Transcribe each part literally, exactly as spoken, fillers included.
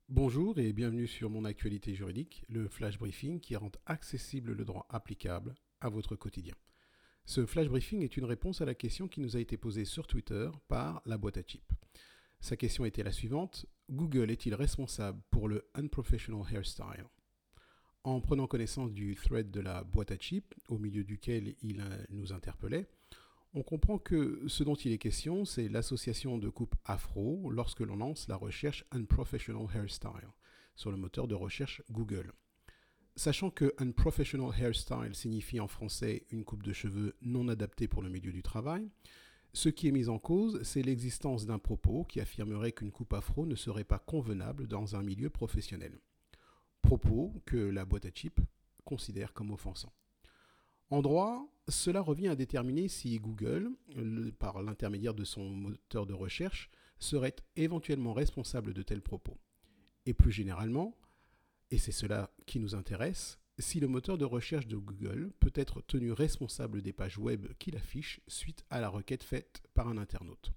Bonjour et bienvenue sur mon actualité juridique, le flash briefing qui rend accessible le droit applicable à votre quotidien. Ce flash briefing est une réponse à la question qui nous a été posée sur Twitter par la boîte à chips. Sa question était la suivante: Google est-il responsable pour le unprofessional hairstyle? En prenant connaissance du thread de la boîte à chips, au milieu duquel il nous interpellait, on comprend que ce dont il est question, c'est l'association de coupe afro lorsque l'on lance la recherche Unprofessional Hairstyle sur le moteur de recherche Google. Sachant que Unprofessional Hairstyle signifie en français une coupe de cheveux non adaptée pour le milieu du travail, ce qui est mis en cause, c'est l'existence d'un propos qui affirmerait qu'une coupe afro ne serait pas convenable dans un milieu professionnel. Propos que la boîte à chips considère comme offensant. En droit, cela revient à déterminer si Google, le, par l'intermédiaire de son moteur de recherche, serait éventuellement responsable de tels propos. Et plus généralement, et c'est cela qui nous intéresse, si le moteur de recherche de Google peut être tenu responsable des pages web qu'il affiche suite à la requête faite par un internaute.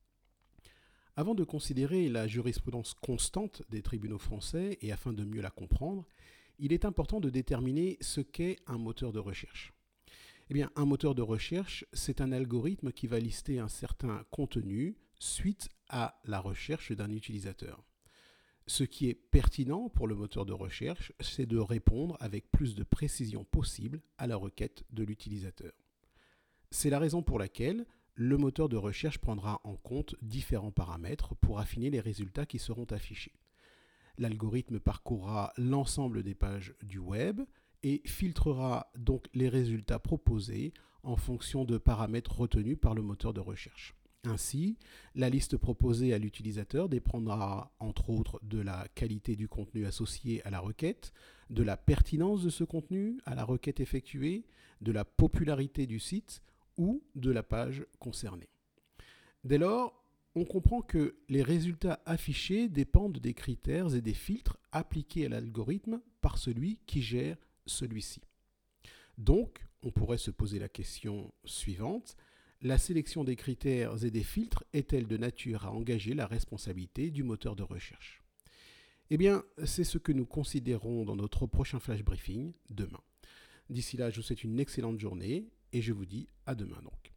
Avant de considérer la jurisprudence constante des tribunaux français et afin de mieux la comprendre, il est important de déterminer ce qu'est un moteur de recherche. Eh bien, un moteur de recherche, c'est un algorithme qui va lister un certain contenu suite à la recherche d'un utilisateur. Ce qui est pertinent pour le moteur de recherche, c'est de répondre avec plus de précision possible à la requête de l'utilisateur. C'est la raison pour laquelle le moteur de recherche prendra en compte différents paramètres pour affiner les résultats qui seront affichés. L'algorithme parcourra l'ensemble des pages du web et filtrera donc les résultats proposés en fonction de paramètres retenus par le moteur de recherche. Ainsi, la liste proposée à l'utilisateur dépendra entre autres de la qualité du contenu associé à la requête, de la pertinence de ce contenu à la requête effectuée, de la popularité du site ou de la page concernée. Dès lors, on comprend que les résultats affichés dépendent des critères et des filtres appliqués à l'algorithme par celui qui gère celui-ci. Donc, on pourrait se poser la question suivante: la sélection des critères et des filtres est-elle de nature à engager la responsabilité du moteur de recherche? Eh bien, c'est ce que nous considérons dans notre prochain flash briefing demain. D'ici là, je vous souhaite une excellente journée et je vous dis à demain donc.